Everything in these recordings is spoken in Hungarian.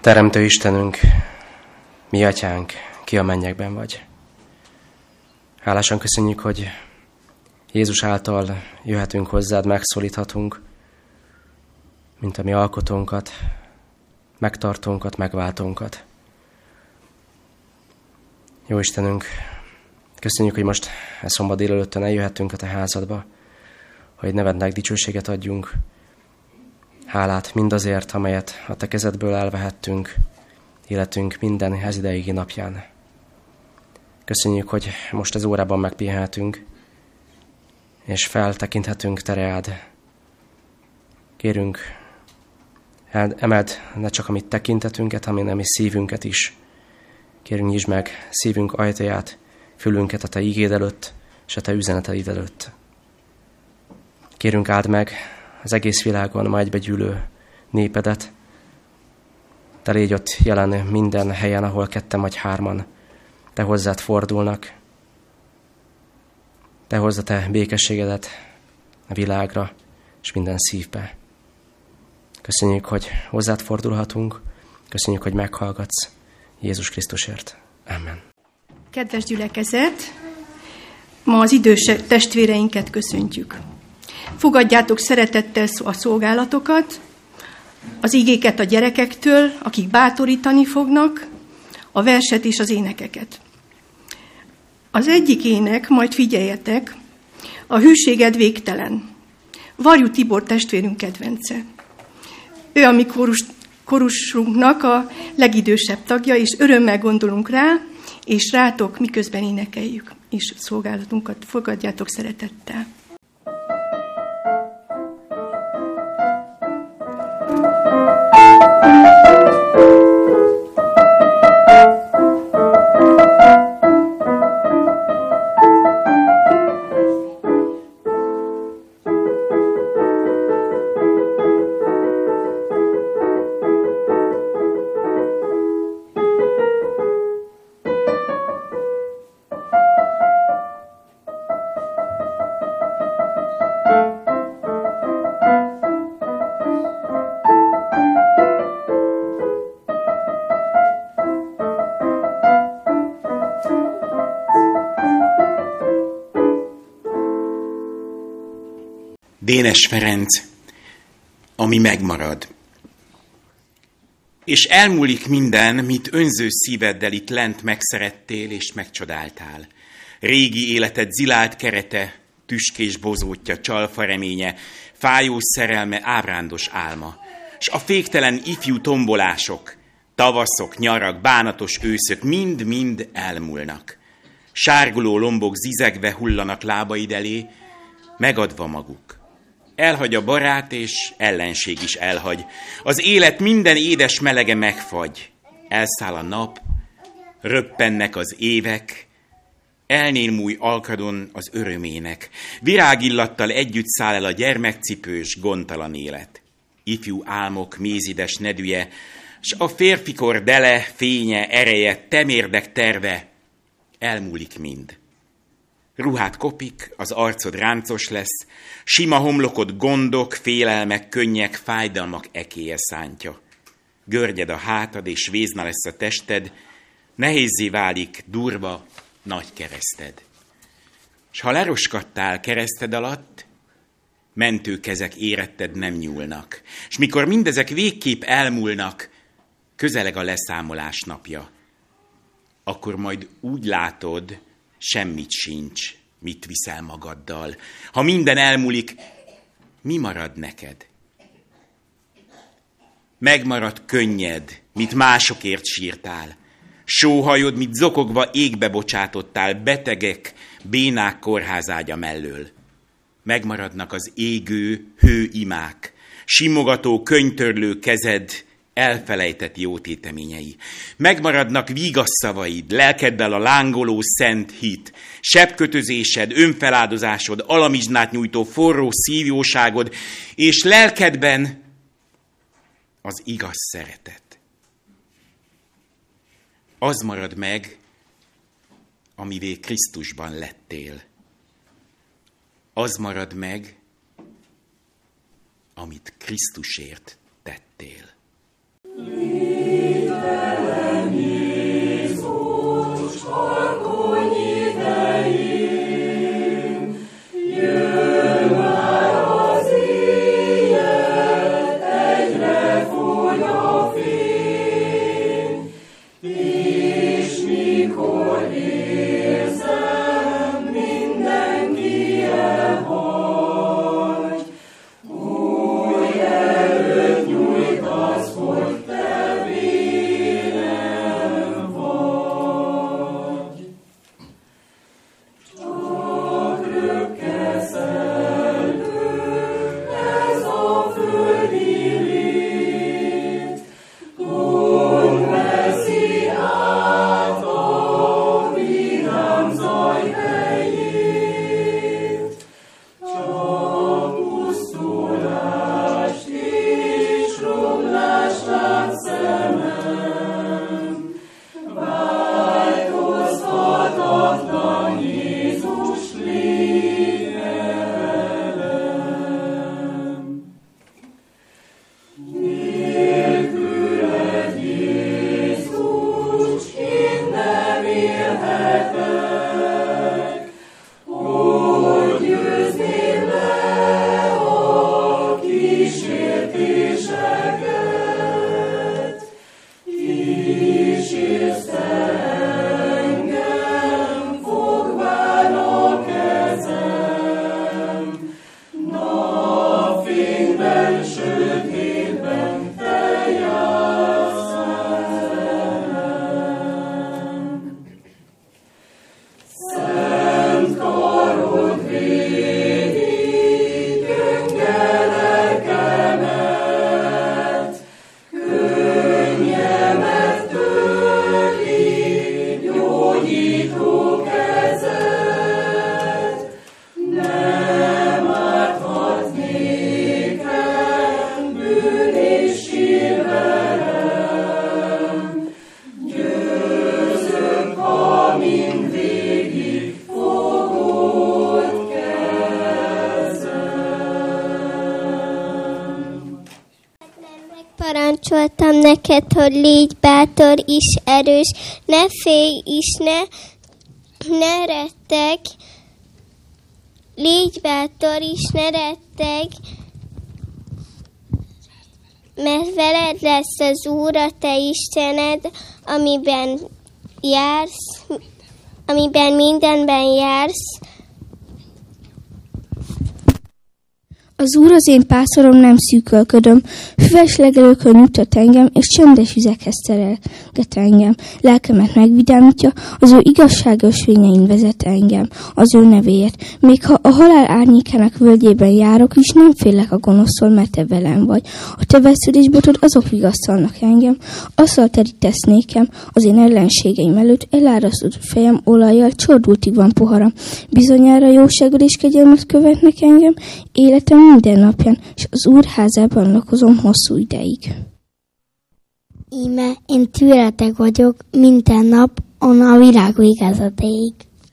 Teremtő Istenünk, mi atyánk, ki a mennyekben vagy. Hálásan köszönjük, hogy Jézus által jöhetünk hozzád, megszólíthatunk, mint a mi alkotónkat, megtartónkat, megváltónkat. Jó Istenünk, köszönjük, hogy most szombat délelőttön eljöhettünk a te házadba, hogy nevednek dicsőséget adjunk, hálát mindazért, amelyet a te kezedből elvehettünk életünk minden ez ideigi napján. Köszönjük, hogy most az órában megpihenhetünk, és feltekinthetünk te reád. Kérünk, emeld ne csak a mi tekintetünket, hanem a mi szívünket is. Kérünk, nyisd meg szívünk ajtaját, fülünket a te ígéd előtt, és a te üzeneteid előtt. Kérünk, áld meg az egész világon ma egybegyűlő népedet. Te légy ott jelen minden helyen, ahol ketten vagy hárman te hozzád fordulnak. Te hozz a te békességedet a világra és minden szívbe. Köszönjük, hogy hozzád fordulhatunk, köszönjük, hogy meghallgatsz Jézus Krisztusért. Amen. Kedves gyülekezet, ma az idős testvéreinket köszöntjük. Fogadjátok szeretettel a szolgálatokat, az igéket a gyerekektől, akik bátorítani fognak, a verset és az énekeket. Az egyik ének, majd figyeljetek, a hűséged végtelen. Varjú Tibor testvérünk kedvence. Ő a mi korusunknak a legidősebb tagja, és örömmel gondolunk rá, és rátok miközben énekeljük, és szolgálatunkat fogadjátok szeretettel. Dénes Ferenc, ami megmarad. És elmúlik minden, mit önző szíveddel itt lent megszerettél és megcsodáltál. Régi életed zilált kerete, tüskés bozótja, csalfa reménye, fájós szerelme, ábrándos álma. S a féktelen ifjú tombolások, tavaszok, nyarak, bánatos őszök mind-mind elmúlnak. Sárguló lombok zizegve hullanak lábaid elé, megadva maguk. Elhagy a barát, és ellenség is elhagy. Az élet minden édes melege megfagy. Elszáll a nap, röppennek az évek, elnémúj alkadon az örömének. Virágillattal együtt száll el a gyermekcipős, gondtalan élet. Ifjú álmok mézides nedűje, s a férfikor dele, fénye, ereje, temérdek terve, elmúlik mind. Ruhád kopik, az arcod ráncos lesz, sima homlokod gondok, félelmek, könnyek, fájdalmak ekéje szántja. Görgyed a hátad, és vézna lesz a tested, nehézzé válik durva, nagy kereszted. S ha leroskadtál kereszted alatt, mentőkezek éretted nem nyúlnak. És mikor mindezek végképp elmúlnak, közeleg a leszámolás napja. Akkor majd úgy látod, semmit sincs, mit viszel magaddal. Ha minden elmúlik, mi marad neked? Megmarad könnyed, mit másokért sírtál. Sóhajod, mit zokogva égbe bocsátottál, betegek, bénák kórházágya mellől. Megmaradnak az égő hőimák, simogató, könyvtörlő kezed, elfelejtett jótéteményei. Megmaradnak vígasz szavaid, lelkeddel a lángoló szent hit, sebkötözésed, önfeláldozásod, alamizsnát nyújtó forró szívjóságod, és lelkedben az igaz szeretet. Az marad meg, amivé Krisztusban lettél. Az marad meg, amit Krisztusért tettél. Parancsoltam neked, hogy légy bátor és erős, ne félj és ne retteg. Légy bátor és ne retteg, mert veled lesz az Úr, a te Istened, amiben mindenben jársz. Az Úr az én pásztorom, nem szűkölködöm, füves legelőkön nyugtat engem, és csendes vizekhez terelget engem. Lelkemet megvidámítja, az ő igazságos vényein vezet engem, az ő nevéért. Még ha a halál árnyékának völgyében járok is, nem félek a gonosztól, mert te velem vagy. A te vesződésbotod azok vigasztalnak engem, azzal terítesz nékem, az én ellenségeim előtt elárasztott fejem olajjal, csordultig van poharam. Bizonyára jóságod és kegyelmet követnek engem, életem minden napján, és az Úr házában lakozom hosszú ideig. Íme, én tűretek vagyok minden nap, a világ végezetéig.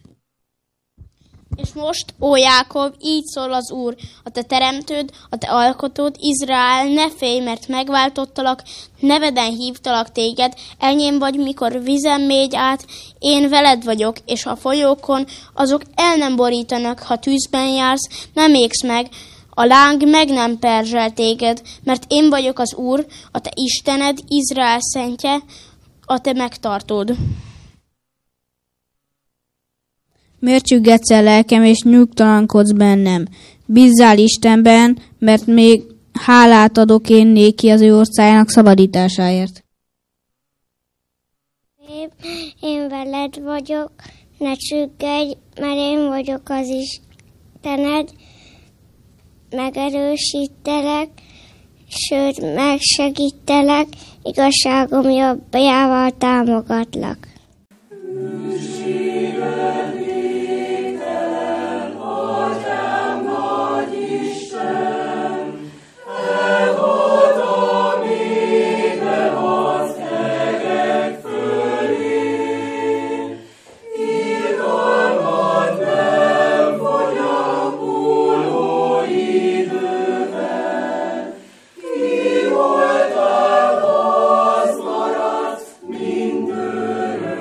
És most, ó Jákob, így szól az Úr, a te teremtőd, a te alkotód, Izrael, ne félj, mert megváltottalak, neveden hívtalak téged, enyém vagy, mikor vizen mégy át, én veled vagyok, és a folyókon azok el nem borítanak, ha tűzben jársz, nem égsz meg, a láng meg nem perzsel téged, mert én vagyok az Úr, a te Istened, Izrael szentje, a te megtartód. Miért csüggetsz el lelkem, és nyugtalankodsz bennem? Bízzál Istenben, mert még hálát adok én néki az ő országának szabadításáért. Én veled vagyok, ne csüggedj, mert én vagyok az Istened, megerősítelek, sőt megsegítelek, igazságom jobbjával támogatlak. Mindörök.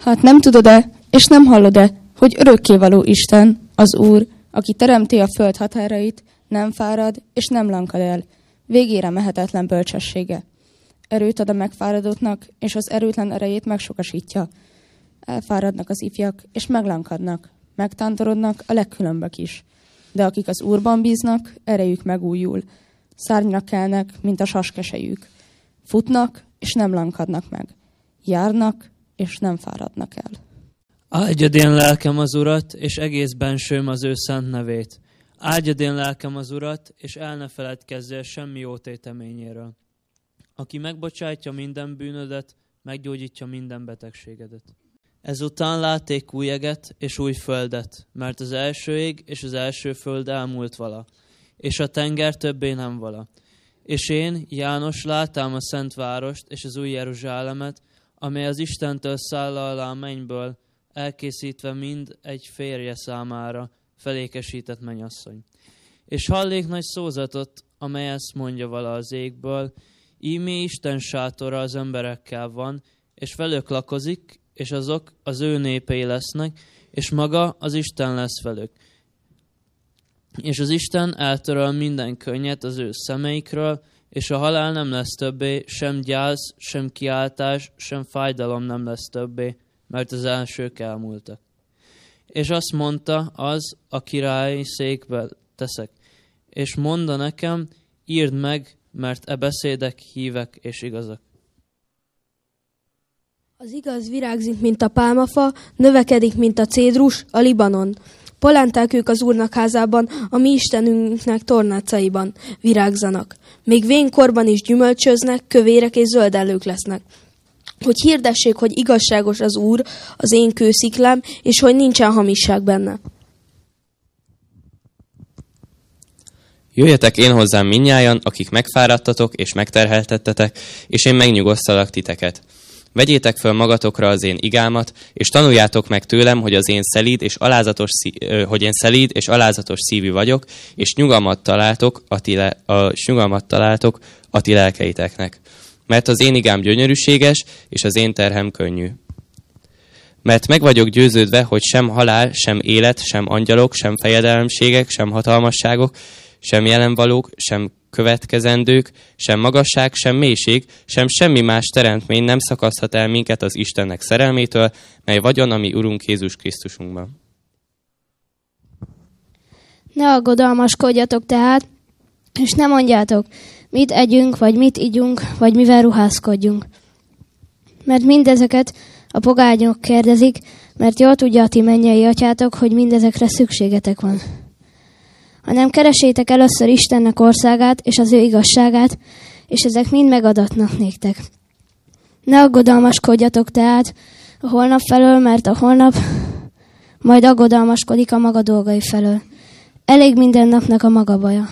Hát nem tudod-e, és nem hallod-e, hogy örökkévaló Isten, az Úr, aki teremti a föld határait, nem fárad és nem lankad el, végére mehetetlen bölcsessége. Erőt ad a megfáradottnak, és az erőtlen erejét megsokasítja. Elfáradnak az ifjak, és meglankadnak, megtántorodnak a legkülönbök is. De akik az Úrban bíznak, erejük megújul. Szárnyra kelnek, mint a saskesejük. Futnak, és nem lankadnak meg. Járnak, és nem fáradnak el. Áldjad én lelkem az Urat, és egész bensőm az ő szent nevét. Áldjad én lelkem az Urat, és el ne feledkezzél semmi jó téteményéről. Aki megbocsátja minden bűnödet, meggyógyítja minden betegségedet. Ezután látték új eget és új földet, mert az első ég és az első föld elmúlt vala, és a tenger többé nem vala. És én, János, látám a szent várost és az új Jeruzsálemet, amely az Istentől száll alá a mennyből, elkészítve mind egy férje számára, felékesített mennyasszony. És hallék nagy szózatot, amely ezt mondja vala az égből, ímé Isten sátora az emberekkel van, és velük lakozik, és azok az ő népei lesznek, és maga az Isten lesz velük. És az Isten eltöröl minden könnyet az ő szemeikről, és a halál nem lesz többé, sem gyász, sem kiáltás, sem fájdalom nem lesz többé, mert az elsők elmúltak. És azt mondta az, a királyi székbe teszek, és mondta nekem, írd meg, mert e beszédek hívek és igazak. Az igaz virágzik, mint a pálmafa, növekedik, mint a cédrus, a Libanon. Polánták ők az Úrnak házában, a mi Istenünknek tornácaiban virágzanak. Még vénkorban is gyümölcsöznek, kövérek és zöldellők lesznek. Hogy hirdessék, hogy igazságos az Úr, az én kősziklám, és hogy nincsen hamisság benne. Jöjjetek én hozzám mindnyájan, akik megfáradtatok és megterheltettetek, és én megnyugosztalak titeket. Vegyétek föl magatokra az én igámat, és tanuljátok meg tőlem, hogy én szelíd és alázatos szívű vagyok, és nyugalmat találtok a ti lelkeiteknek. Mert az én igám gyönyörűséges, és az én terhem könnyű. Mert meg vagyok győződve, hogy sem halál, sem élet, sem angyalok, sem fejedelemségek, sem hatalmasságok, sem jelenvalók, sem következendők, sem magasság, sem mélység, sem semmi más teremtmény nem szakaszthat el minket az Istennek szerelmétől, mely vagyon a mi Urunk Jézus Krisztusunkban. Ne aggodalmaskodjatok tehát, és ne mondjátok, mit együnk, vagy mit igyunk, vagy mivel ruházkodjunk. Mert mindezeket a pogányok kérdezik, mert jól tudja a ti mennyei atyátok, hogy mindezekre szükségetek van. Hanem keresétek először Istennek országát és az ő igazságát, és ezek mind megadatnak néktek. Ne aggodalmaskodjatok tehát a holnap felől, mert a holnap majd aggodalmaskodik a maga dolgai felől. Elég minden napnak a maga baja.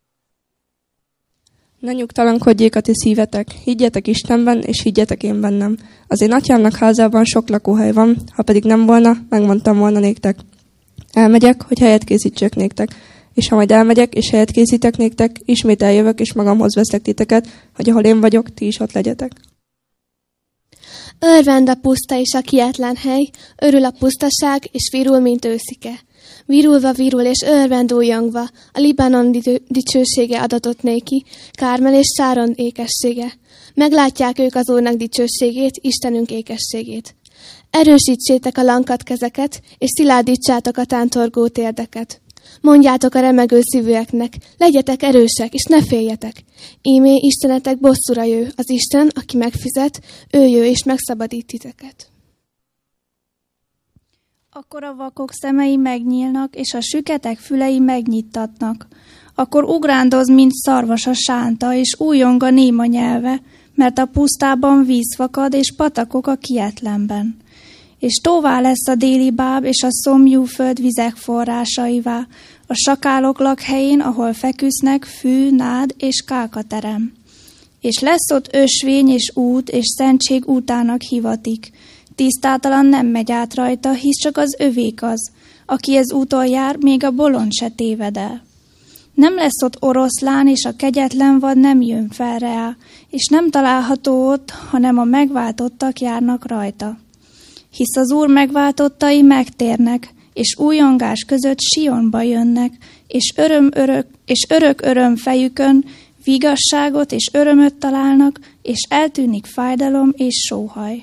Ne nyugtalankodjék a ti szívetek, higgyetek Istenben, és higgyetek én bennem. Az én atyámnak házában sok lakóhely van, ha pedig nem volna, megmondtam volna néktek. Elmegyek, hogy helyet készítsek néktek. És ha majd elmegyek, és helyet készítek néktek, ismét eljövök, és magamhoz veszlek titeket, hogy ahol én vagyok, ti is ott legyetek. Örvend a puszta és a kietlen hely, örül a pusztaság, és virul, mint őszike. Virulva virul, és örvend újongva, a Libanon dicsősége adatott néki, Kármel és Sáron ékessége. Meglátják ők az Úrnak dicsőségét, Istenünk ékességét. Erősítsétek a lankadt kezeket, és szilárdítsátok a tántorgó térdeket. Mondjátok a remegő szívűeknek, legyetek erősek, és ne féljetek. Ímé Istenetek bosszúra jő, az Isten, aki megfizet, ő jő és megszabadít titeket. Akkor a vakok szemei megnyílnak, és a süketek fülei megnyittatnak. Akkor ugrándoz, mint szarvas a sánta, és újjong a néma nyelve, mert a pusztában víz fakad, és patakok a kietlenben. És tóvá lesz a déli báb, és a szomjú föld vizek forrásaivá, a sakálok lakhelyén, ahol feküsznek fű, nád és kákaterem. És lesz ott ösvény és út, és szentség útának hivatik. Tisztátalan nem megy át rajta, hisz csak az övék az. Aki ez úton jár, még a bolond se téved el. Nem lesz ott oroszlán, és a kegyetlen vad nem jön fel rá, és nem található ott, hanem a megváltottak járnak rajta. hisz az Úr megváltottai megtérnek, és újongás között Sionba jönnek, és örök öröm fejükön vigasságot és örömöt találnak, és eltűnik fájdalom és sóhaj.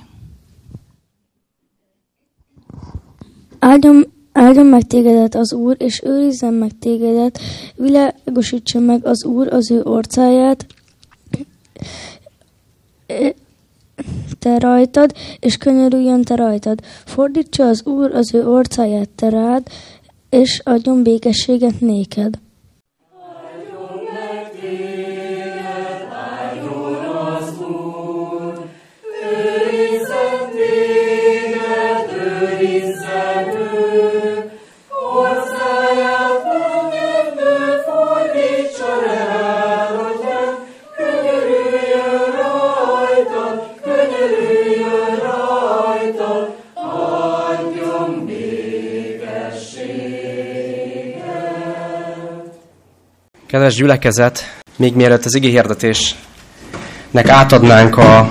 Áldjon meg tégedet az Úr, és őrizzen meg tégedet, világosítsa meg az Úr az ő orcáját, te rajtad, és könyörüljön te rajtad. Fordítsa az Úr az ő orcáját te rád, és adjon békességet néked. Kedves gyülekezet, még mielőtt az igéhirdetésnek átadnánk a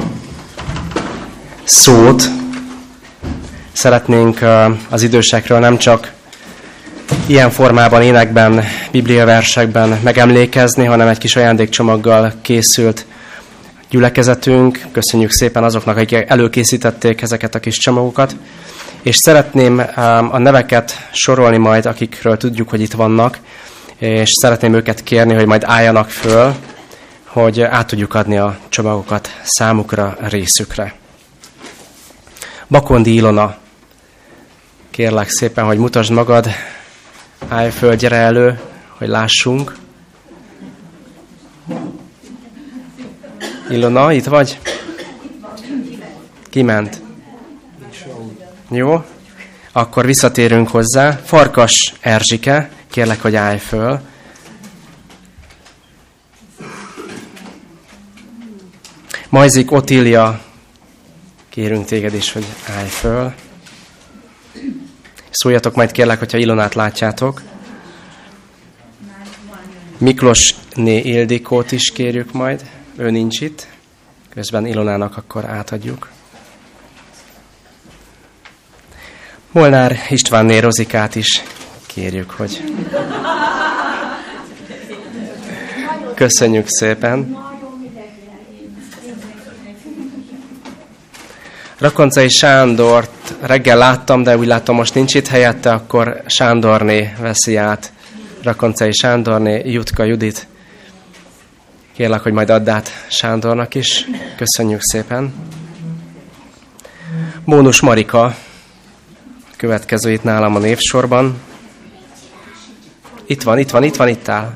szót, szeretnénk az idősekről nem csak ilyen formában, énekben, bibliaversekben megemlékezni, hanem egy kis ajándékcsomaggal készült gyülekezetünk. Köszönjük szépen azoknak, akik előkészítették ezeket a kis csomagokat. És szeretném a neveket sorolni majd, akikről tudjuk, hogy itt vannak, és szeretném őket kérni, hogy majd álljanak föl, hogy át tudjuk adni a csomagokat számukra, részükre. Bakondi Ilona, kérlek szépen, hogy mutasd magad, állj föl, gyere elő, hogy lássunk. Ilona, itt vagy? Kiment? Jó, akkor visszatérünk hozzá. Farkas Erzsike, kérlek, hogy állj föl. Majzik Otília, kérünk téged is, hogy állj föl. Szóljatok majd kérlek, hogyha Ilonát látjátok. Miklósné Ildikót is kérjük majd, ő nincs itt. Közben Ilonának akkor átadjuk. Molnár Istvánné Rozikát is kérjük, hogy... Köszönjük szépen. Rakoncai Sándort reggel láttam, de úgy látom, most nincs itt helyette, akkor Sándorné veszi át. Rakoncai Sándorné, Jutka Judit. Kérlek, hogy majd add át Sándornak is. Köszönjük szépen. Mónus Marika, következő itt nálam a névsorban. Itt áll.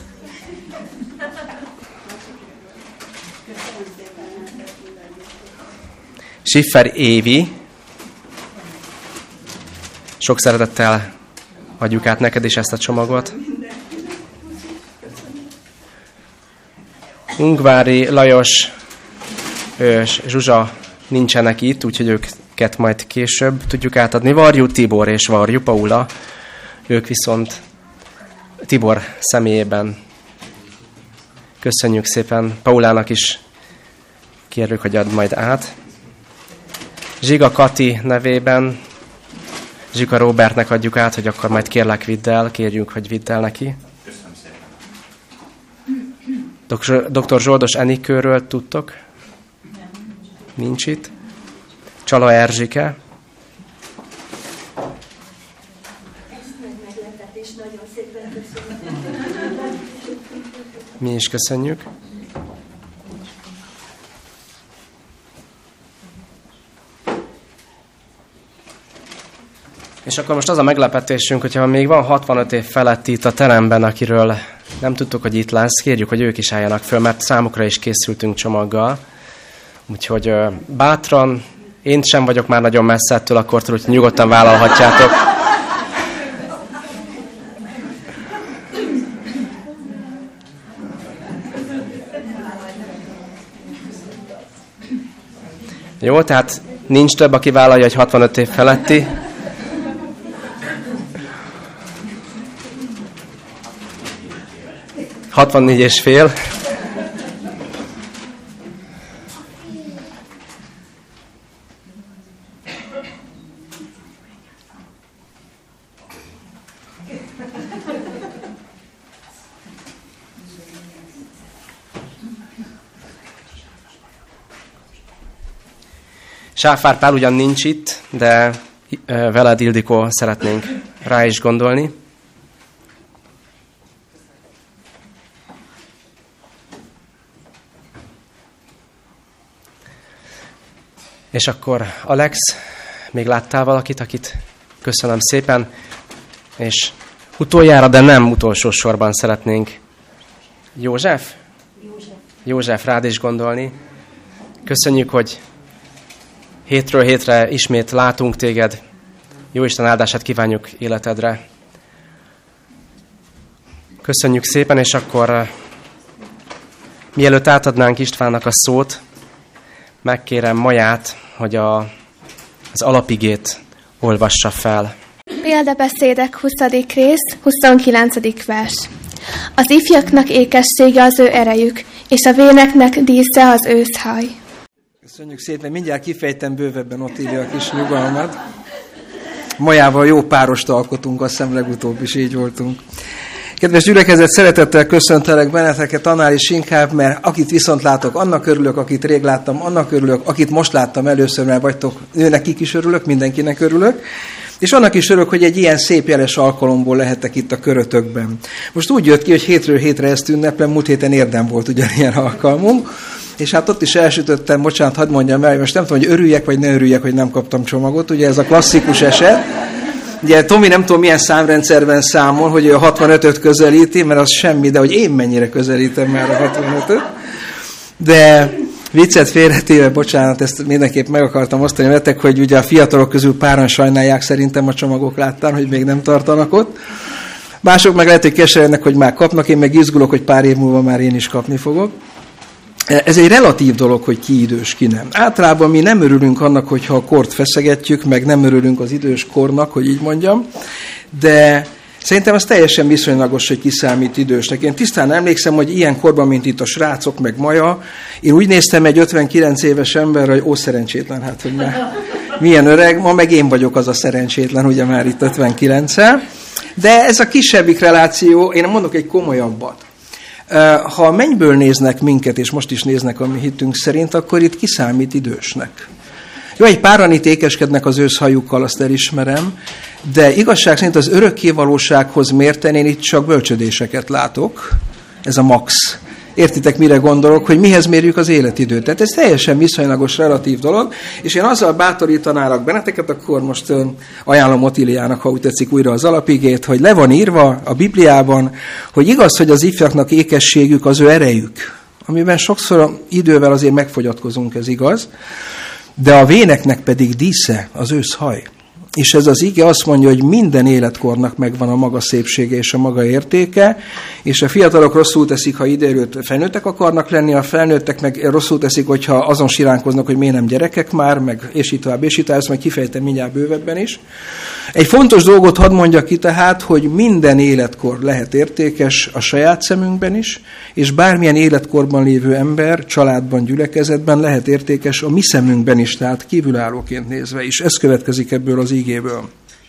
Schiffer Évi, sok szeretettel adjuk át neked is ezt a csomagot. Ungvári Lajos és Zsuzsa nincsenek itt, úgyhogy őket majd később tudjuk átadni. Varjú Tibor és Varjú Paula, ők viszont Tibor személyében. Köszönjük szépen. Paulának is kérjük, hogy add majd át. Zsiga Kati nevében Zsika Robertnek adjuk át, hogy akkor majd kérjük, hogy vidd el neki. Dr. Zsoldos Enikőről tudtok? Nincs itt. Csala Erzsike. Mi is köszönjük. És akkor most az a meglepetésünk, hogyha még van 65 év felett itt a teremben, akiről nem tudtuk, hogy itt lesz, kérjük, hogy ők is álljanak föl, mert számukra is készültünk csomaggal. Úgyhogy bátran, én sem vagyok már nagyon messze ettől a kortól, úgyhogy nyugodtan vállalhatjátok. Jó, tehát nincs több, aki vállalja, hogy 65 év feletti. – 64,5. Sáfár Pál ugyan nincs itt, de veled, Ildikó, szeretnénk rá is gondolni. És akkor Alex, még láttál valakit, akit köszönöm szépen, és utoljára, de nem utolsó sorban szeretnénk József, rád is gondolni. Köszönjük, hogy hétről hétre ismét látunk téged. Jóisten áldását kívánjuk életedre. Köszönjük szépen, és akkor mielőtt átadnánk Istvánnak a szót, megkérem Maját, hogy az alapigét olvassa fel. Példabeszédek 20. rész, 29. vers. Az ifjaknak ékessége az ő erejük, és a véneknek dísze az őszhaj. Köszönjük szépen, mindjárt kifejtem bővebben, ott írja a kis nyugalmat. Majával jó párost alkotunk, azt hiszem legutóbb is így voltunk. Kedves gyülekezet, szeretettel köszöntelek benneteket, annál is inkább, mert akit viszont látok, annak örülök, akit rég láttam, annak örülök, akit most láttam először, mert vagytok, nekik is örülök, mindenkinek örülök. És annak is örülök, hogy egy ilyen szép jeles alkalomból lehetek itt a körötökben. Most úgy jött ki, hogy hétről hétre ezt ünneplem, múlt héten érdem volt ugyanilyen alkalmunk, és hát ott is elsütöttem, bocsánat, hadd mondjam el, most nem tudom, hogy örüljek, vagy ne örüljek, hogy nem kaptam csomagot, ugye ez a klasszikus eset. Ugye Tomi nem tudom milyen számrendszerben számol, hogy a 65-öt közelíti, mert az semmi, de hogy én mennyire közelítem már a 65-öt. De viccet félretéve, bocsánat, ezt mindenképp meg akartam osztani veletek, hogy ugye a fiatalok közül páran sajnálják szerintem a csomagok láttán, hogy még nem tartanak ott. Mások meg lehet, hogy keserednek, hogy már kapnak, én meg izgulok, hogy pár év múlva már én is kapni fogok. Ez egy relatív dolog, hogy ki idős, ki nem. Általában mi nem örülünk annak, hogyha a kort feszegetjük, meg nem örülünk az idős kornak, hogy így mondjam, de szerintem az teljesen viszonylagos, hogy ki számít idősnek. Én tisztán emlékszem, hogy ilyen korban, mint itt a srácok, meg Maja, én úgy néztem egy 59 éves emberre, hogy ó, szerencsétlen, hát, hogy már milyen öreg, ma meg én vagyok az a szerencsétlen, ugye már itt 59-el. De ez a kisebbik reláció, én mondok egy komolyabbat. Ha a mennyből néznek minket, és most is néznek a mi hitünk szerint, akkor itt kiszámít idősnek. Jó, egy páran itt ékeskednek az őszhajukkal, azt elismerem, de igazság szerint az örökkévalósághoz mérten én itt csak bölcsödéseket látok. Ez a max. Értitek, mire gondolok, hogy mihez mérjük az életidőt. Tehát ez teljesen viszonylagos, relatív dolog, és én azzal bátorítanálak benneteket, akkor most ajánlom Otiliának, ha úgy tetszik, újra az alapigét, hogy le van írva a Bibliában, hogy igaz, hogy az ifjaknak ékességük az ő erejük, amiben sokszor idővel azért megfogyatkozunk, ez igaz, de a véneknek pedig dísze az őszhaj. És ez az ige azt mondja, hogy minden életkornak megvan a maga szépsége és a maga értéke, és a fiatalok rosszul teszik, ha idejelölt felnőttek akarnak lenni, a felnőttek meg rosszul teszik, hogyha azon siránkoznak, hogy miért nem gyerekek már, meg és így tovább, ezt majd kifejtem mindjárt bővebben is. Egy fontos dolgot hadd mondjak ki tehát, hogy minden életkor lehet értékes a saját szemünkben is, és bármilyen életkorban lévő ember, családban, gyülekezetben lehet értékes a mi szemünkben is, tehát kívülállóként nézve is. Ez következik ebből az igéből.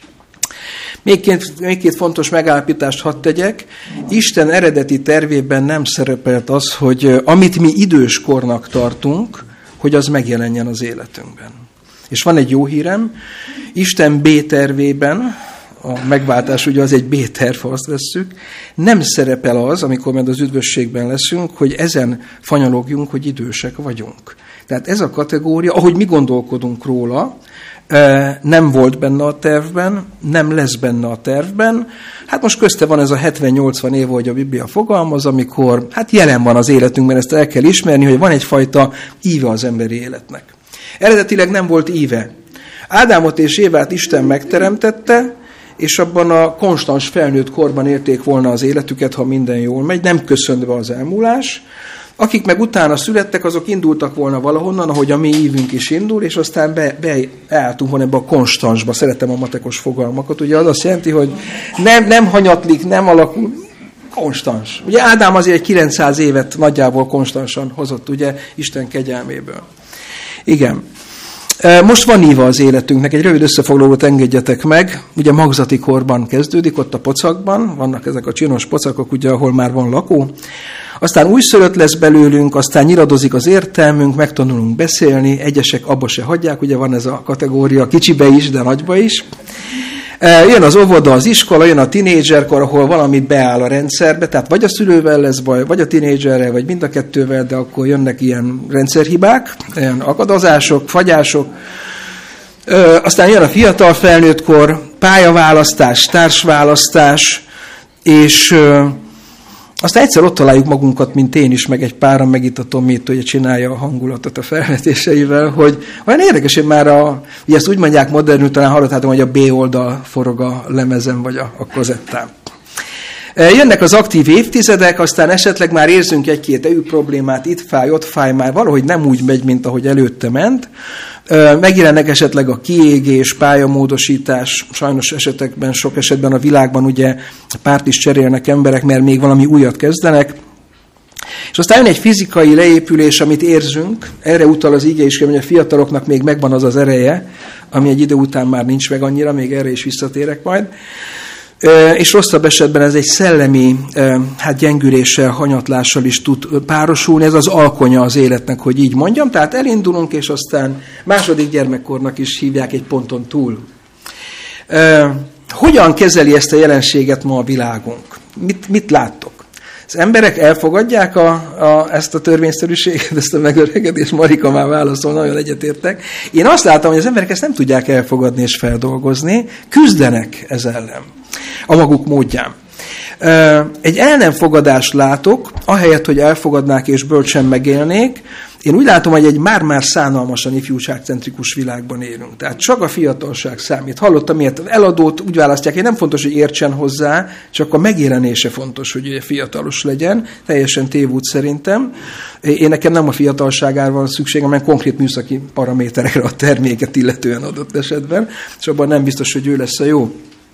Még két fontos megállapítást hadd tegyek. Isten eredeti tervében nem szerepelt az, hogy amit mi időskornak tartunk, hogy az megjelenjen az életünkben. És van egy jó hírem, Isten B-tervében, a megváltás ugye az egy B-terv, ha azt vesszük, nem szerepel az, amikor majd az üdvösségben leszünk, hogy ezen fanyalogjunk, hogy idősek vagyunk. Tehát ez a kategória, ahogy mi gondolkodunk róla, nem volt benne a tervben, nem lesz benne a tervben. Hát most közte van ez a 70-80 év, hogy a Biblia fogalmaz, amikor hát jelen van az életünkben, ezt el kell ismerni, hogy van egyfajta íve az emberi életnek. Eredetileg nem volt íve. Ádámot és Évát Isten megteremtette, és abban a konstans felnőtt korban élték volna az életüket, ha minden jól megy, nem köszönt be az elmúlás. Akik meg utána születtek, azok indultak volna valahonnan, ahogy a mi ívünk is indul, és aztán beálltunk volna ebbe a konstansba. Szeretem a matekos fogalmakat. Ugye az azt jelenti, hogy nem hanyatlik, nem alakul, konstans. Ugye Ádám azért 900 évet nagyjából konstansan hozott, ugye, Isten kegyelméből. Igen. Most van íva az életünknek, egy rövid összefoglalót engedjetek meg. Ugye magzati korban kezdődik, ott a pocakban, vannak ezek a csinos pocakok, ugye, ahol már van lakó. Aztán újszülött lesz belőlünk, aztán nyiradozik az értelmünk, megtanulunk beszélni, egyesek abba se hagyják, ugye van ez a kategória kicsibe is, de nagyba is. Jön az óvoda, az iskola, jön a tinédzserkor, ahol valami beáll a rendszerbe, tehát vagy a szülővel lesz baj, vagy a tinédzserrel, vagy mind a kettővel, de akkor jönnek ilyen rendszerhibák, ilyen akadozások, fagyások. Aztán jön a fiatal felnőttkor, pályaválasztás, társválasztás, és aztán egyszer ott találjuk magunkat, mint én is, meg egy páran, meg itt a Tomit, hogy csinálja a hangulatot a felvetéseivel, hogy olyan érdekes, hogy már ugye ezt úgy mondják modernül, talán hallottátok, hogy a B oldal forog a lemezen, vagy a kazettán. Jönnek az aktív évtizedek, aztán esetleg már érzünk egy-két EÜ problémát, itt fáj, ott fáj, már valahogy nem úgy megy, mint ahogy előtte ment. Megjelennek esetleg a kiégés, pályamódosítás, sajnos esetekben, sok esetben a világban ugye párt is cserélnek emberek, mert még valami újat kezdenek. És aztán jön egy fizikai leépülés, amit érzünk, erre utal az ige is, hogy a fiataloknak még megvan az az ereje, ami egy idő után már nincs meg annyira, még erre is visszatérek majd. És rosszabb esetben ez egy szellemi gyengüléssel, hanyatlással is tud párosulni. Ez az alkonya az életnek, hogy így mondjam. Tehát elindulunk, és aztán második gyermekkornak is hívják egy ponton túl. Hogyan kezeli ezt a jelenséget ma a világunk? Mit láttok? Az emberek elfogadják ezt a törvényszerűséget, ezt a megöregedést? Marika már válaszol, nagyon egyetértek. Én azt látom, hogy az emberek ezt nem tudják elfogadni és feldolgozni, küzdenek ez ellen a maguk módján. Egy el nem fogadást látok, ahelyett, hogy elfogadnák és bölcsen megélnék. Én úgy látom, hogy egy már-már szánalmasan ifjúságcentrikus világban élünk. Tehát csak a fiatalság számít. Hallottam ilyet, eladót úgy választják, hogy nem fontos, hogy értsen hozzá, csak a megjelenése fontos, hogy ugye fiatalos legyen. Teljesen tévút szerintem. Én nekem nem a fiatalságára van szükségem, hanem konkrét műszaki paraméterekre a terméket illetően adott esetben, és abban nem biztos, hogy ő lesz a jó.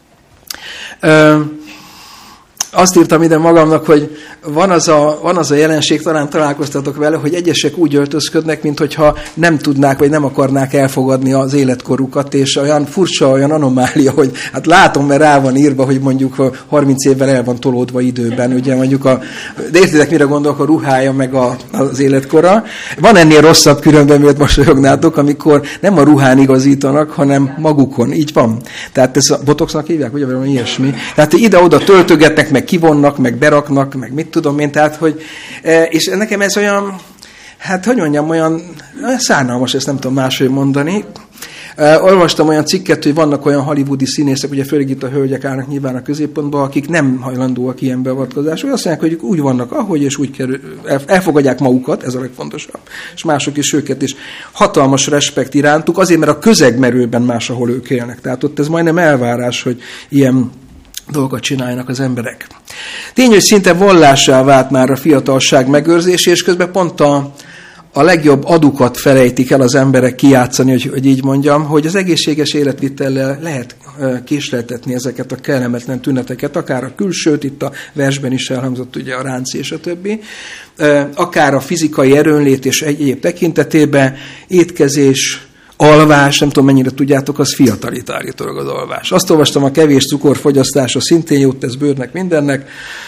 Azt írtam ide magamnak, hogy van az a jelenség, talán találkoztatok vele, hogy egyesek úgy öltözködnek, minthogyha nem tudnák, vagy nem akarnák elfogadni az életkorukat, és olyan furcsa, olyan anomália, hogy hát látom, mert rá van írva, hogy mondjuk 30 évvel el van tolódva időben, ugye mondjuk de értitek, mire gondolok, a ruhája, meg az életkora. Van ennél rosszabb különben, miért mosolyognátok, amikor nem a ruhán igazítanak, hanem magukon. Így van. Tehát ez a botoxnak hívják, ugye valami ilyesmi. Tehát ide-oda töltögetnek, meg kivonnak, meg beraknak, meg mit tudom én, tehát, hogy, és nekem ez olyan, hát hogy mondjam, olyan szánalmas, ezt nem tudom máshogy mondani. Olvastam olyan cikket, hogy vannak olyan hollywoodi színészek, ugye főleg itt a hölgyek állnak nyilván a középpontban, akik nem hajlandóak ilyen beavatkozásra, azt mondják, hogy úgy vannak, ahogy, és úgy elfogadják magukat, ez a legfontosabb, és mások is őket is. Hatalmas respekt irántuk, azért, mert a közegmerőben máshol ők élnek. Tehát ott ez majdnem elvárás, hogy ilyen dolgokat csináljanak az emberek. Tény, hogy szinte vallássá vált már a fiatalság megőrzése, és közben pont a legjobb adukat felejtik el az emberek kijátszani, hogy így mondjam, hogy az egészséges életvitellel lehet késleltetni ezeket a kellemetlen tüneteket, akár a külsőt, itt a versben is elhangzott ugye a ránc és a többi, akár a fizikai erőnlét és egyéb tekintetében, étkezés, alvás, nem tudom mennyire tudjátok, az fiatalít állítólag az alvás. Azt olvastam, a kevés cukorfogyasztása szintén jót tesz bőrnek, mindennek.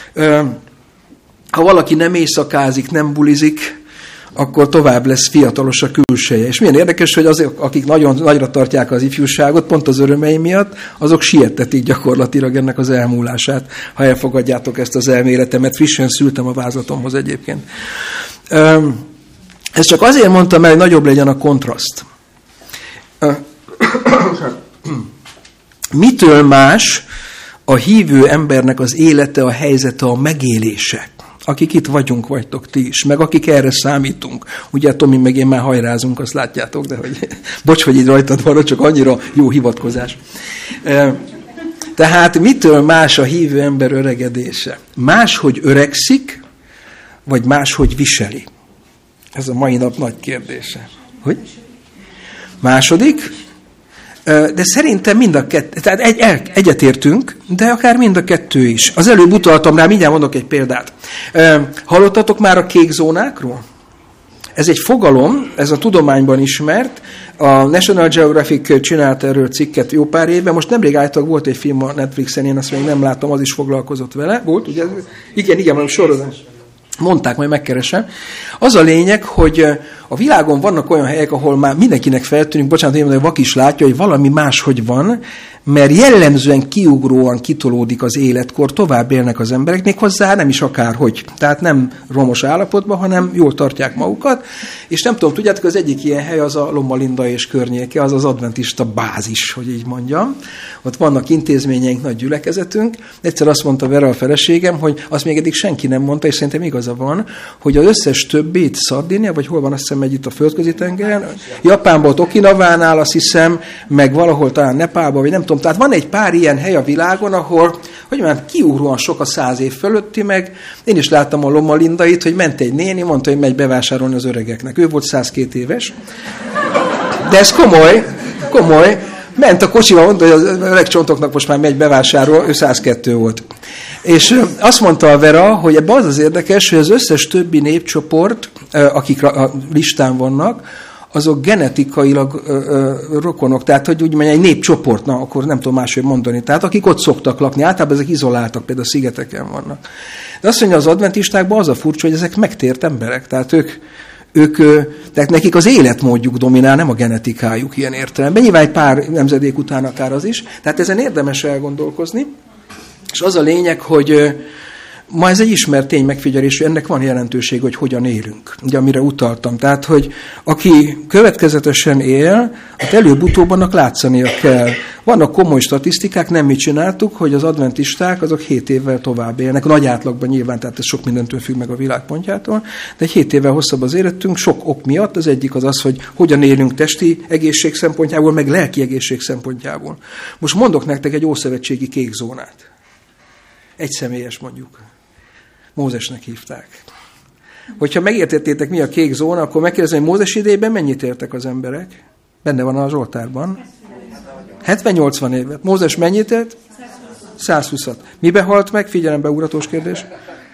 Ha valaki nem éjszakázik, nem bulizik, akkor tovább lesz fiatalos a külseje. És milyen érdekes, hogy azok, akik nagyon nagyra tartják az ifjúságot, pont az örömei miatt, azok siettetik gyakorlatilag ennek az elmúlását, ha elfogadjátok ezt az elméletemet. Frissen szültem a vázlatomhoz egyébként. Ezt csak azért mondtam, mert nagyobb legyen a kontraszt. Mitől más a hívő embernek az élete, a helyzete, a megélése? Akik itt vagytok ti is, meg akik erre számítunk. Ugye Tomi meg én már hajrázunk, azt látjátok, de hogy bocs, hogy így rajtad van, csak annyira jó hivatkozás. Tehát mitől más a hívő ember öregedése? Máshogy öregszik, vagy máshogy viseli? Ez a mai nap nagy kérdése. Hogy? Második, de szerintem mind a kettő, tehát egyetértünk, de akár mind a kettő is. Az előbb utaltam rá, mindjárt mondok egy példát. Hallottatok már a kék zónákról? Ez egy fogalom, ez a tudományban ismert. A National Geographic csinált erről cikket jó pár évben. Most nemrég állítólag volt egy film a Netflixen, én azt még nem láttam, az is foglalkozott vele. Volt, ugye? Igen, sorozás. Mondták, majd megkeresem. Az a lényeg, hogy a világon vannak olyan helyek, ahol már mindenkinek feltűnik, bocsánat, én mondom, hogy vak is látja, hogy valami máshogy van, mert jellemzően kiugróan kitolódik az életkor, tovább élnek az emberek, méghozzá nem is akárhogy. Tehát nem romos állapotban, hanem jól tartják magukat. És nem tudom, tudjátok, az egyik ilyen hely az a Lomma Linda és környéke, az az adventista bázis, hogy így mondjam. Ott vannak intézményeink, nagy gyülekezetünk. Egyszer azt mondta Vera a feleségem, hogy azt még eddig senki nem mondta, és szerintem igaza van, hogy az összes többit Szardinia, vagy hol van, azt hiszem, egy itt a földközi tengeren, Japánban, ott Okinawánál, azt hiszem, meg valahol talán Nepálban, vagy nem tudom. Tehát van egy pár ilyen hely a világon, ahol, hogy mondjam, kiugróan sok a 100 év fölötti, meg én is láttam a Lomma Lindait, hogy ment egy néni, mondta, hogy megy bevásárolni az öregeknek. Ő volt 102 éves. De ez komoly. Ment a kocsival, mondta, hogy az öreg csontoknak most már megy bevásárol, ő 102 volt. És azt mondta a Vera, hogy ebben az érdekes, hogy az összes többi népcsoport, akik a listán vannak, azok genetikailag rokonok, tehát hogy úgy mondja, egy népcsoport, na, akkor nem tudom máshogy mondani, tehát akik ott szoktak lakni, általában ezek izoláltak, például a szigeteken vannak. De azt mondja, az adventistákban az a furcsa, hogy ezek megtért emberek, tehát tehát nekik az életmódjuk dominál, nem a genetikájuk ilyen értelemben. Nyilván egy pár nemzedék után akár az is, tehát ezen érdemes elgondolkozni, és az a lényeg, hogy ma ez egy ismert tény megfigyelés, hogy ennek van jelentőség, hogy hogyan élünk, ugye, amire utaltam. Tehát, hogy aki következetesen él, hát előbb-utóbb annak látszania kell. Vannak komoly statisztikák, nem mi csináltuk, hogy az adventisták azok 7 évvel tovább élnek. Nagy átlagban nyilván, tehát ez sok mindentől függ meg a világpontjától, de egy 7 évvel hosszabb az életünk, sok ok miatt. Az egyik az, hogy hogyan élünk testi egészség szempontjából, meg lelki egészség szempontjából. Most mondok nektek egy ószövetségi kék zónát. Egy személyes mondjuk. Mózesnek hívták. Hogyha megértettétek, mi a kék zóna, akkor megkérdezem, hogy Mózes idejében mennyit éltek az emberek? Benne van a Zsoltárban. 70-80 évet. Mózes mennyit élt? 120-at. Mibe halt meg? Figyelembe, ugratós kérdés.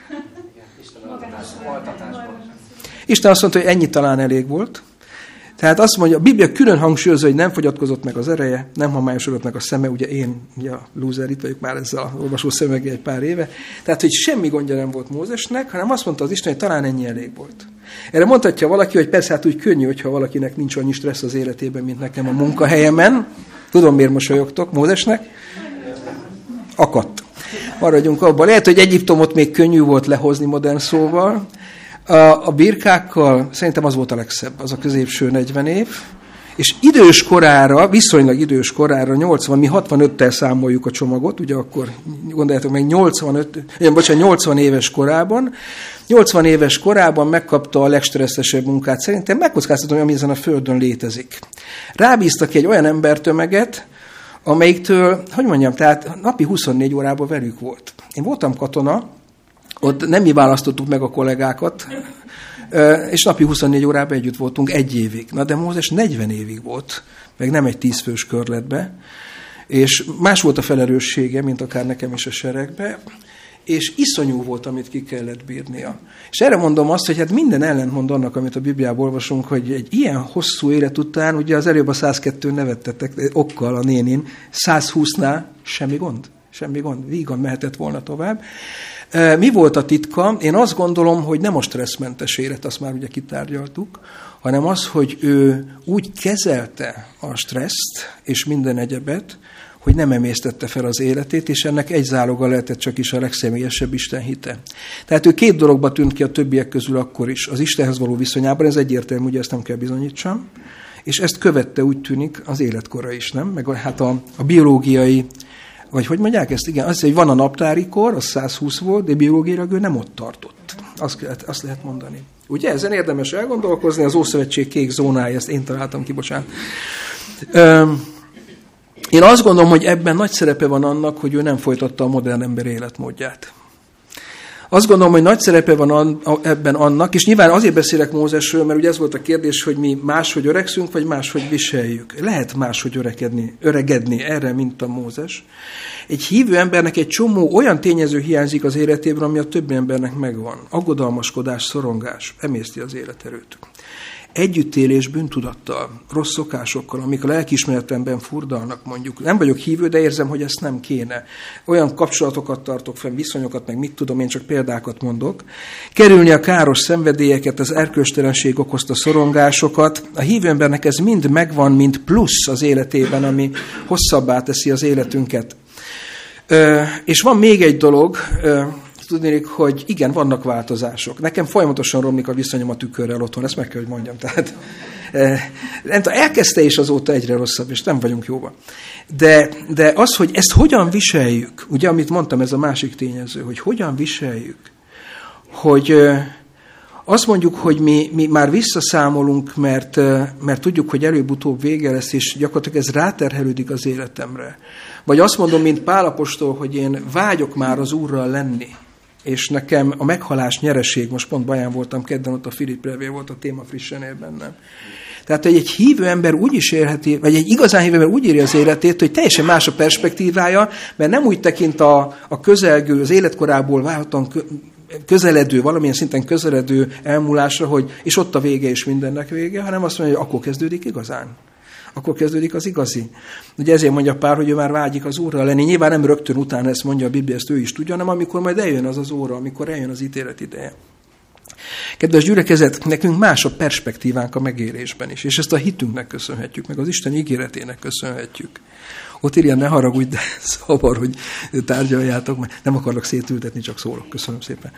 Isten azt mondta, hogy ennyi talán elég volt. Tehát azt mondja, a Biblia külön hangsúlyozza, hogy nem fogyatkozott meg az ereje, nem homályosodott meg a szeme, ugye én, ugye a lúzer, itt vagyok már ezzel a olvasó szemeggel egy pár éve. Tehát, hogy semmi gondja nem volt Mózesnek, hanem azt mondta az Isten, hogy talán ennyi elég volt. Erre mondhatja valaki, hogy persze hát úgy könnyű, hogyha valakinek nincs annyi stressz az életében, mint nekem a munkahelyemen. Tudom, miért mosolyogtok Mózesnek? Akadt. Maradjunk abban. Lehet, hogy Egyiptomot még könnyű volt lehozni modern szóval. A birkákkal szerintem az volt a legszebb, az a középső 40 év, és idős korára, viszonylag idős korára, 80, mi 65-tel számoljuk a csomagot, ugye akkor gondoljátok meg 80 éves korában, 80 éves korában megkapta a legstresszesebb munkát, szerintem megkockáztatom, ami ezen a földön létezik. Rábíztak egy olyan embertömeget, amelyiktől, hogy mondjam, tehát napi 24 órában velük volt. Én voltam katona, ott nem mi választottuk meg a kollégákat, és napi 24 órában együtt voltunk 1 évig. Na de Mózes 40 évig volt, meg nem egy 10 fős körletbe, és más volt a felerőssége, mint akár nekem is a seregbe, és iszonyú volt, amit ki kellett bírnia. És erre mondom azt, hogy hát minden ellentmond annak, amit a Bibliában olvasunk, hogy egy ilyen hosszú élet után, ugye az előbb a 102 nevettetek okkal a nénin, 120-nál semmi gond, vígan mehetett volna tovább. Mi volt a titka? Én azt gondolom, hogy nem a stresszmentes élet, azt már ugye kitárgyaltuk, hanem az, hogy ő úgy kezelte a stresszt és minden egyebet, hogy nem emésztette fel az életét, és ennek egy záloga lehetett csak is a legszemélyesebb Isten hite. Tehát ő 2 dologba tűnt ki a többiek közül akkor is. Az Istenhez való viszonyában, ez egyértelmű, ugye ezt nem kell bizonyítsam, és ezt követte úgy tűnik az életkora is, nem? Meg hát a biológiai, vagy hogy mondják ezt? Igen, azt, hogy van a naptári kor, az 120 volt, de biológiailag ő nem ott tartott. Azt lehet mondani. Ugye, ezen érdemes elgondolkozni, az Ószövetség kék zónája, ezt én találtam ki, bocsánat. Én azt gondolom, hogy ebben nagy szerepe van annak, hogy ő nem folytatta a modern ember életmódját. Azt gondolom, hogy nagy szerepe van ebben annak, és nyilván azért beszélek Mózesről, mert ugye ez volt a kérdés, hogy mi máshogy öregszünk, vagy máshogy viseljük. Lehet máshogy öregedni erre, mint a Mózes. Egy hívő embernek egy csomó olyan tényező hiányzik az életében, ami a többi embernek megvan. Aggodalmaskodás, szorongás, emészti az életerőt. együttélés bűntudattal, rossz szokásokkal, amik a lelkiismeretemben furdalnak mondjuk. Nem vagyok hívő, de érzem, hogy ezt nem kéne. Olyan kapcsolatokat tartok fenn, viszonyokat, meg mit tudom, én csak példákat mondok. Kerülni a káros szenvedélyeket, az erkölcstelenség okozta szorongásokat. A hívő embernek ez mind megvan, mint plusz az életében, ami hosszabbá teszi az életünket. És van még egy dolog, tudnék, hogy igen, vannak változások. Nekem folyamatosan romlik a viszonyom a tükörrel otthon, ezt meg kell, hogy mondjam. Tehát, nem tudom, elkezdte és azóta egyre rosszabb, és nem vagyunk jóban. De az, hogy ezt hogyan viseljük, ugye, amit mondtam, ez a másik tényező, hogy hogyan viseljük, hogy azt mondjuk, hogy mi már visszaszámolunk, mert tudjuk, hogy előbb-utóbb vége lesz, és gyakorlatilag ez ráterhelődik az életemre. Vagy azt mondom, mint Pál apostol, hogy én vágyok már az Úrral lenni, és nekem a meghalás nyereség, most pont Baján voltam, kedden ott a Filip levél volt a téma frissen él bennem. Tehát, hogy egy hívő ember úgy is élheti, vagy egy igazán hívő ember úgy éri az életét, hogy teljesen más a perspektívája, mert nem úgy tekint a közelgő, az életkorából válhatóan közeledő, valamilyen szinten közeledő elmúlásra, hogy és ott a vége és mindennek vége, hanem azt mondja, hogy akkor kezdődik igazán. Akkor kezdődik az igazi. Ugye ezért mondja Pál, hogy ő már vágyik az Úrral lenni. Nyilván nem rögtön utána ezt mondja a Biblia, ezt ő is tudja, hanem amikor majd eljön az óra, amikor eljön az ítélet ideje. Kedves gyülekezet, nekünk más a perspektívánk a megélésben is, és ezt a hitünknek köszönhetjük, meg az Isten ígéretének köszönhetjük. Ott írja, ne haragudj, de szabad, hogy tárgyaljátok, mert nem akarok szétültetni, csak szólok. Köszönöm szépen.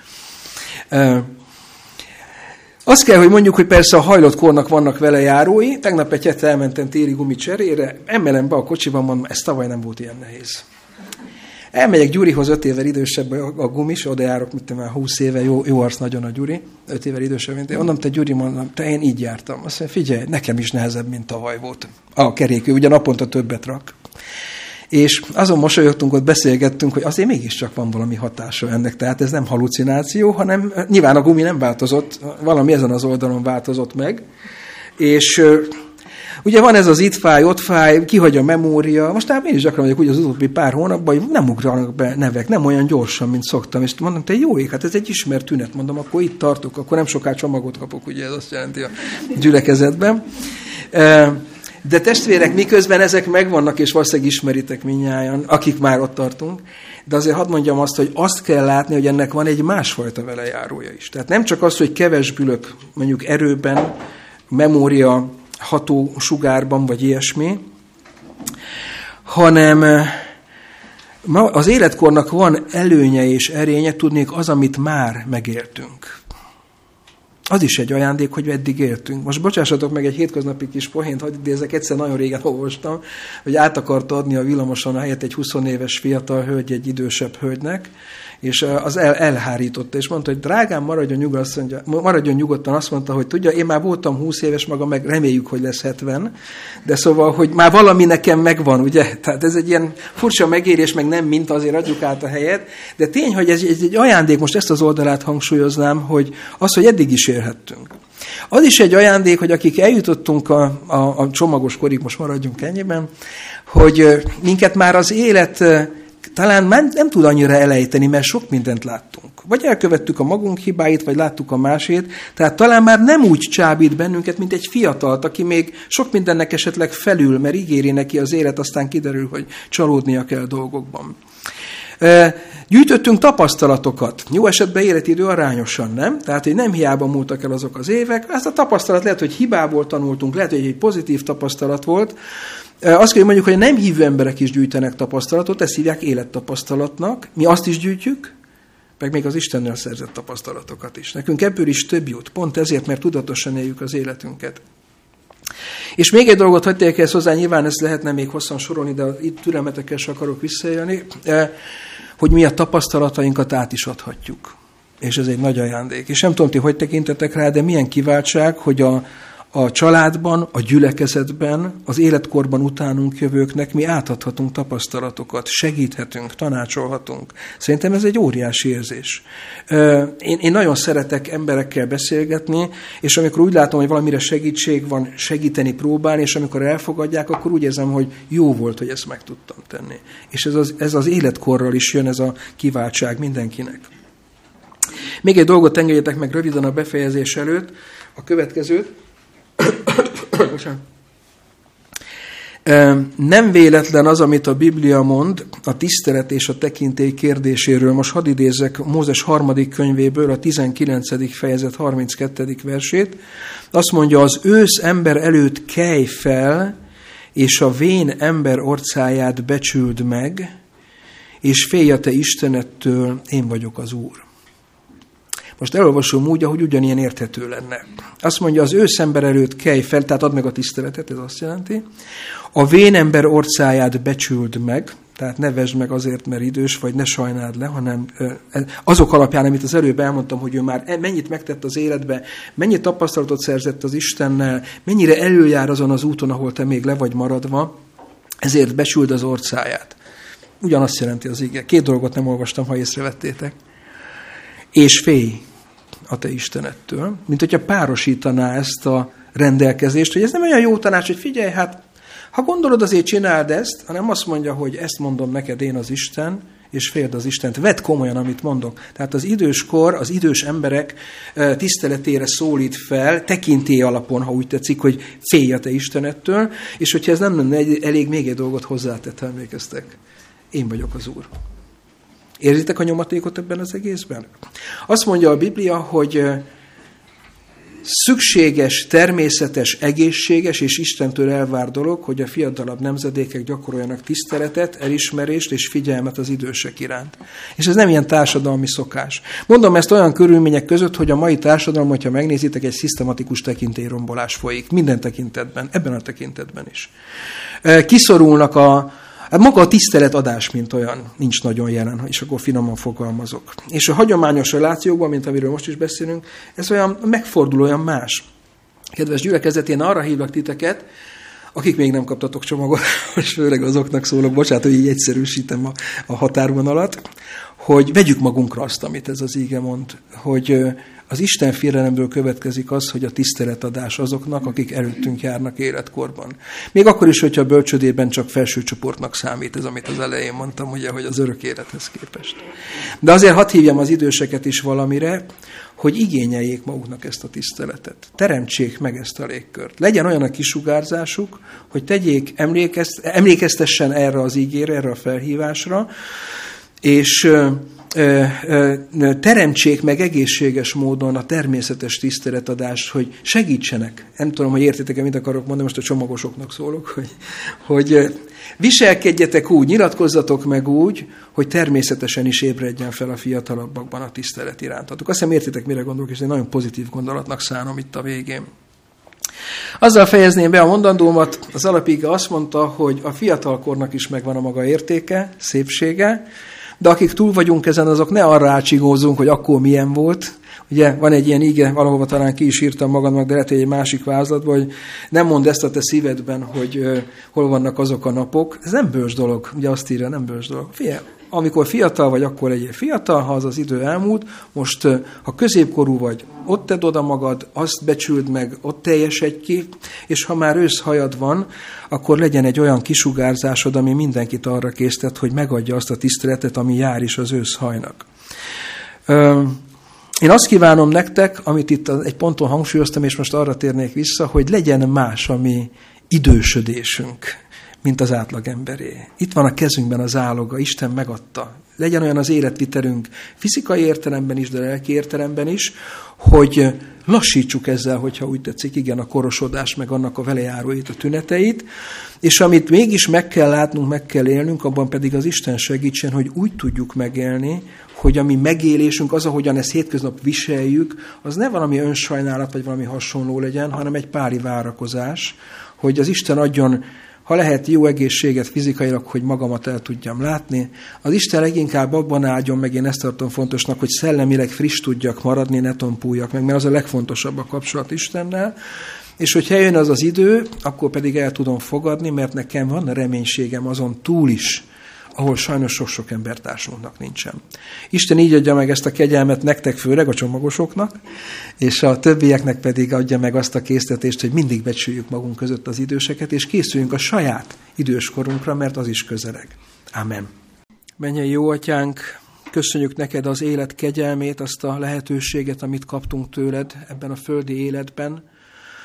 Azt kell, hogy mondjuk, hogy persze a hajlott kornak vannak vele járói. Tegnap egy hete elmentem téli gumi cserére, emelem be a kocsiban, mondom, ez tavaly nem volt ilyen nehéz. Elmegyek Gyurihoz, 5 évvel idősebb a gumis, oda járok, mint már 20 éve, jó arc nagyon a Gyuri, 5 évvel idősebb, mint én. Mondom, te Gyuri, mondom, te én így jártam. Azt mondja, figyelj, nekem is nehezebb, mint tavaly volt. A kerékű, ugye naponta többet rak. És azon mosolyogtunk, ott beszélgettünk, hogy azért mégiscsak van valami hatása ennek. Tehát ez nem halucináció, hanem nyilván a gumi nem változott, valami ezen az oldalon változott meg. És ugye van ez az itt fáj, ott fáj, kihagy a memória. Most én is gyakran vagyok úgy az utóbbi pár hónapban, hogy nem ugranak be nevek, nem olyan gyorsan, mint szoktam. És mondom, te jó ég, hát ez egy ismert tünet, mondom, akkor itt tartok, akkor nem soká csomagot kapok, ugye ez azt jelenti a gyülekezetben. De testvérek, miközben ezek megvannak, és valószínűleg ismeritek mindnyájan, akik már ott tartunk, de azért hadd mondjam azt, hogy azt kell látni, hogy ennek van egy másfajta velejárója is. Tehát nem csak az, hogy kevesbülök mondjuk erőben, memória ható sugárban, vagy ilyesmi, hanem az életkornak van előnye és erénye, tudnék az, amit már megéltünk. Az is egy ajándék, hogy eddig éltünk. Most bocsássatok meg egy hétköznapi kis poént, hadd idézek, egyszer nagyon régen olvastam, hogy át akarta adni a villamoson a helyet egy 20 éves fiatal hölgy egy idősebb hölgynek, és az elhárította, és mondta, hogy drágám, maradjon nyugodtan, azt mondta, hogy tudja, én már voltam 20 éves, maga meg reméljük, hogy lesz 70, de szóval, hogy már valami nekem megvan, ugye? Tehát ez egy ilyen furcsa megérés, meg nem mint, azért adjuk át a helyet, de tény, hogy ez egy ajándék, most ezt az oldalát hangsúlyoznám, hogy az, hogy eddig is élhettünk. Az is egy ajándék, hogy akik eljutottunk a csomagos korig, most maradjunk ennyiben, hogy minket már az élet talán nem tud annyira elejteni, mert sok mindent láttunk. Vagy elkövettük a magunk hibáit, vagy láttuk a másét, tehát talán már nem úgy csábít bennünket, mint egy fiatalt, aki még sok mindennek esetleg felül, mert ígéri neki az élet, aztán kiderül, hogy csalódnia kell dolgokban. Gyűjtöttünk tapasztalatokat, jó esetben életidő arányosan, nem? Tehát, hogy nem hiába múltak el azok az évek, ezt a tapasztalat lehet, hogy hibából tanultunk, lehet, hogy egy pozitív tapasztalat volt. Azt kell mondjuk, hogy nem hívő emberek is gyűjtenek tapasztalatot, ezt hívják élettapasztalatnak. Mi azt is gyűjtjük, meg még az Istennel szerzett tapasztalatokat is. Nekünk ebből is több jut, pont ezért, mert tudatosan éljük az életünket. És még egy dolgot hadd tegyek ezt hozzá, nyilván ezt lehetne még hosszan sorolni, de itt türelmetekkel se akarok visszaélni, hogy mi a tapasztalatainkat át is adhatjuk. És ez egy nagy ajándék. És nem tudom, ti hogy tekintetek rá, de milyen kiváltság, hogy a családban, a gyülekezetben, az életkorban utánunk jövőknek mi átadhatunk tapasztalatokat, segíthetünk, tanácsolhatunk. Szerintem ez egy óriási érzés. Én nagyon szeretek emberekkel beszélgetni, és amikor úgy látom, hogy valamire segítség van, segíteni próbálni, és amikor elfogadják, akkor úgy érzem, hogy jó volt, hogy ezt meg tudtam tenni. És ez az életkorral is jön, ez a kiváltság mindenkinek. Még egy dolgot engedjetek meg röviden a befejezés előtt, a következőt. Nem véletlen az, amit a Biblia mond a tisztelet és a tekintély kérdéséről. Most hadd idézzek Mózes 3. könyvéből a 19. fejezet 32. versét. Azt mondja, az ősz ember előtt kelj fel, és a vén ember orcáját becsüld meg, és félj a te Istenettől, én vagyok az Úr. Most elolvasom úgy, ahogy ugyanilyen érthető lenne. Azt mondja, az ősz ember előtt kelj fel, tehát add meg a tiszteletet, ez azt jelenti. A vén ember orcáját becsüld meg, tehát ne vesd meg azért, mert idős vagy, ne sajnáld le, hanem azok alapján, amit az előbb elmondtam, hogy ő már mennyit megtett az életbe, mennyit tapasztalatot szerzett az Istennel, mennyire előjár azon az úton, ahol te még le vagy maradva, ezért becsüld az orcáját. Ugyanazt jelenti az ige. 2 dolgot nem olvastam, ha észrevettétek. És félj a te Istenettől, mint hogyha párosítaná ezt a rendelkezést, hogy ez nem olyan jó tanács, hogy figyelj, hát ha gondolod, azért csináld ezt, hanem azt mondja, hogy ezt mondom neked én az Isten, és féld az Istent. Vedd komolyan, amit mondok. Tehát az időskor, az idős emberek tiszteletére szólít fel, tekintély alapon, ha úgy tetszik, hogy félj a te Istenettől, és hogyha ez nem lenne elég, még egy dolgot hozzátett, emlékeztek. Én vagyok az Úr. Érzitek a nyomatékot ebben az egészben? Azt mondja a Biblia, hogy szükséges, természetes, egészséges és Istentől elvár dolog, hogy a fiatalabb nemzedékek gyakoroljanak tiszteletet, elismerést és figyelmet az idősek iránt. És ez nem ilyen társadalmi szokás. Mondom ezt olyan körülmények között, hogy a mai társadalom, hogyha megnézitek, egy szisztematikus tekintélyrombolás folyik. Minden tekintetben, ebben a tekintetben is. Kiszorulnak maga a tiszteletadás, mint olyan, nincs nagyon jelen, és akkor finoman fogalmazok. És a hagyományos relációkban, mint amiről most is beszélünk, ez olyan megfordul, olyan más. Kedves gyülekezet, én arra hívlak titeket, akik még nem kaptatok csomagot, most főleg azoknak szólok, bocsánat, hogy így egyszerűsítem a határvonalat, hogy vegyük magunkra azt, amit ez az íge mond, hogy az Isten félelemből következik az, hogy a tiszteletadás azoknak, akik előttünk járnak életkorban. Még akkor is, hogyha a bölcsödében csak felső csoportnak számít, ez amit az elején mondtam, ugye, hogy az örök élethez képest. De azért hadd hívjam az időseket is valamire, hogy igényeljék maguknak ezt a tiszteletet. Teremtsék meg ezt a légkört. Legyen olyan a kisugárzásuk, hogy tegyék, emlékeztessen erre az ígére, erre a felhívásra, és teremtséég meg egészséges módon a természetes tiszteletadást, hogy segítsenek. Nem tudom, hogy értitek-e, mit akarok mondani, most a csomagosoknak szólok, hogy viselkedjetek úgy, nyilatkozzatok meg úgy, hogy természetesen is ébredjen fel a fiatalabbakban a tisztelet irántatok. Azt hiszem, értitek, mire gondolok, és egy nagyon pozitív gondolatnak szánom itt a végén. Azzal fejezném be a mondandómat, az alapíge azt mondta, hogy a fiatalkornak is megvan a maga értéke, szépsége, de akik túl vagyunk ezen, azok ne arra ácsigózzunk, hogy akkor milyen volt. Ugye van egy ilyen íge, valahova talán ki is írtam magamnak, de lehet, hogy egy másik vázlatban, hogy nem mondd ezt a te szívedben, hogy hol vannak azok a napok. Ez nem bölcs dolog, ugye azt írja, nem bölcs dolog. Figyelj, amikor fiatal vagy, akkor legyél fiatal, ha az idő elmúlt, most ha középkorú vagy, ott tedd oda magad, azt becsüld meg, ott teljesedj ki, és ha már őszhajad van, akkor legyen egy olyan kisugárzásod, ami mindenkit arra késztet, hogy megadja azt a tiszteletet, ami jár is az őszhajnak. Én azt kívánom nektek, amit itt egy ponton hangsúlyoztam, és most arra térnék vissza, hogy legyen más a mi idősödésünk, mint az átlagemberé. Itt van a kezünkben az áloga, Isten megadta. Legyen olyan az életvitelünk fizikai értelemben is, de lelki értelemben is, hogy lassítsuk ezzel, hogyha úgy tetszik, igen, a korosodás, meg annak a velejáróit, a tüneteit, és amit mégis meg kell látnunk, meg kell élnünk, abban pedig az Isten segítsen, hogy úgy tudjuk megélni, hogy a mi megélésünk, az, ahogyan ezt hétköznap viseljük, az ne valami önsajnálat, vagy valami hasonló legyen, hanem egy pári várakozás, hogy az Isten adjon, ha lehet, jó egészséget fizikailag, hogy magamat el tudjam látni. Az Isten leginkább abban áldjon meg, én ezt tartom fontosnak, hogy szellemileg friss tudjak maradni, ne tompuljak meg, mert az a legfontosabb a kapcsolat Istennel. És hogyha jön az az idő, akkor pedig el tudom fogadni, mert nekem van reménységem azon túl is, ahol sajnos sok-sok embertársunknak nincsen. Isten így adja meg ezt a kegyelmet nektek, főleg a csomagosoknak, és a többieknek pedig adja meg azt a késztetést, hogy mindig becsüljük magunk között az időseket, és készüljünk a saját időskorunkra, mert az is közeleg. Amen. Mennyei jó atyánk, köszönjük neked az élet kegyelmét, azt a lehetőséget, amit kaptunk tőled ebben a földi életben,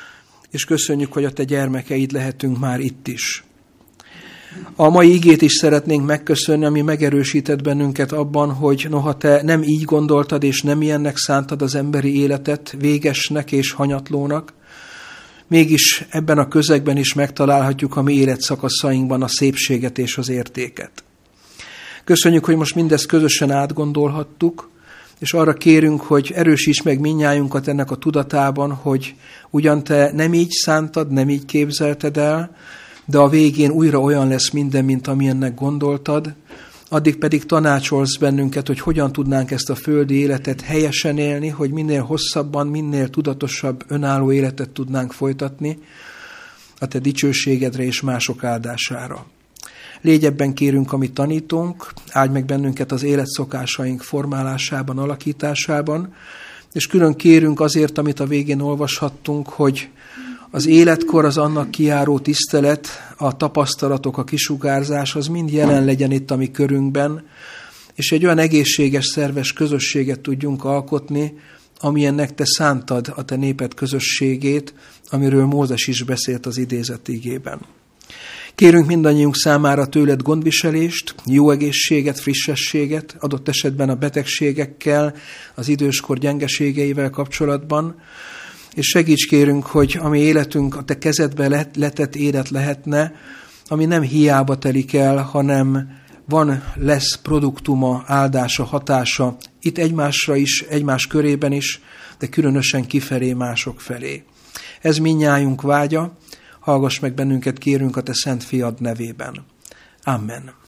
és köszönjük, hogy a te gyermekeid lehetünk már itt is. A mai igét is szeretnénk megköszönni, ami megerősített bennünket abban, hogy noha te nem így gondoltad, és nem ilyennek szántad az emberi életet, végesnek és hanyatlónak, mégis ebben a közegben is megtalálhatjuk a mi életszakaszainkban a szépséget és az értéket. Köszönjük, hogy most mindezt közösen átgondolhattuk, és arra kérünk, hogy erősíts meg mindnyájunkat ennek a tudatában, hogy ugyan te nem így szántad, nem így képzelted el, de a végén újra olyan lesz minden, mint amilyennek gondoltad, addig pedig tanácsolsz bennünket, hogy hogyan tudnánk ezt a földi életet helyesen élni, hogy minél hosszabban, minél tudatosabb, önálló életet tudnánk folytatni a te dicsőségedre és mások áldására. Légy ebben kérünk, amit tanítunk, áldj meg bennünket az életszokásaink formálásában, alakításában, és külön kérünk azért, amit a végén olvashattunk, hogy az életkor, az annak kijáró tisztelet, a tapasztalatok, a kisugárzás, az mind jelen legyen itt a mi körünkben, és egy olyan egészséges, szerves közösséget tudjunk alkotni, amilyennek te szántad a te néped közösségét, amiről Mózes is beszélt az idézett igében. Kérünk mindannyiunk számára tőled gondviselést, jó egészséget, frissességet, adott esetben a betegségekkel, az időskor gyengeségeivel kapcsolatban, és segíts kérünk, hogy ami életünk a te kezedbe letett élet lehetne, ami nem hiába telik el, hanem lesz produktuma, áldása, hatása itt egymásra is, egymás körében is, de különösen kifelé, mások felé. Ez mindnyájunk vágya, hallgass meg bennünket, kérünk a te szent fiad nevében. Amen.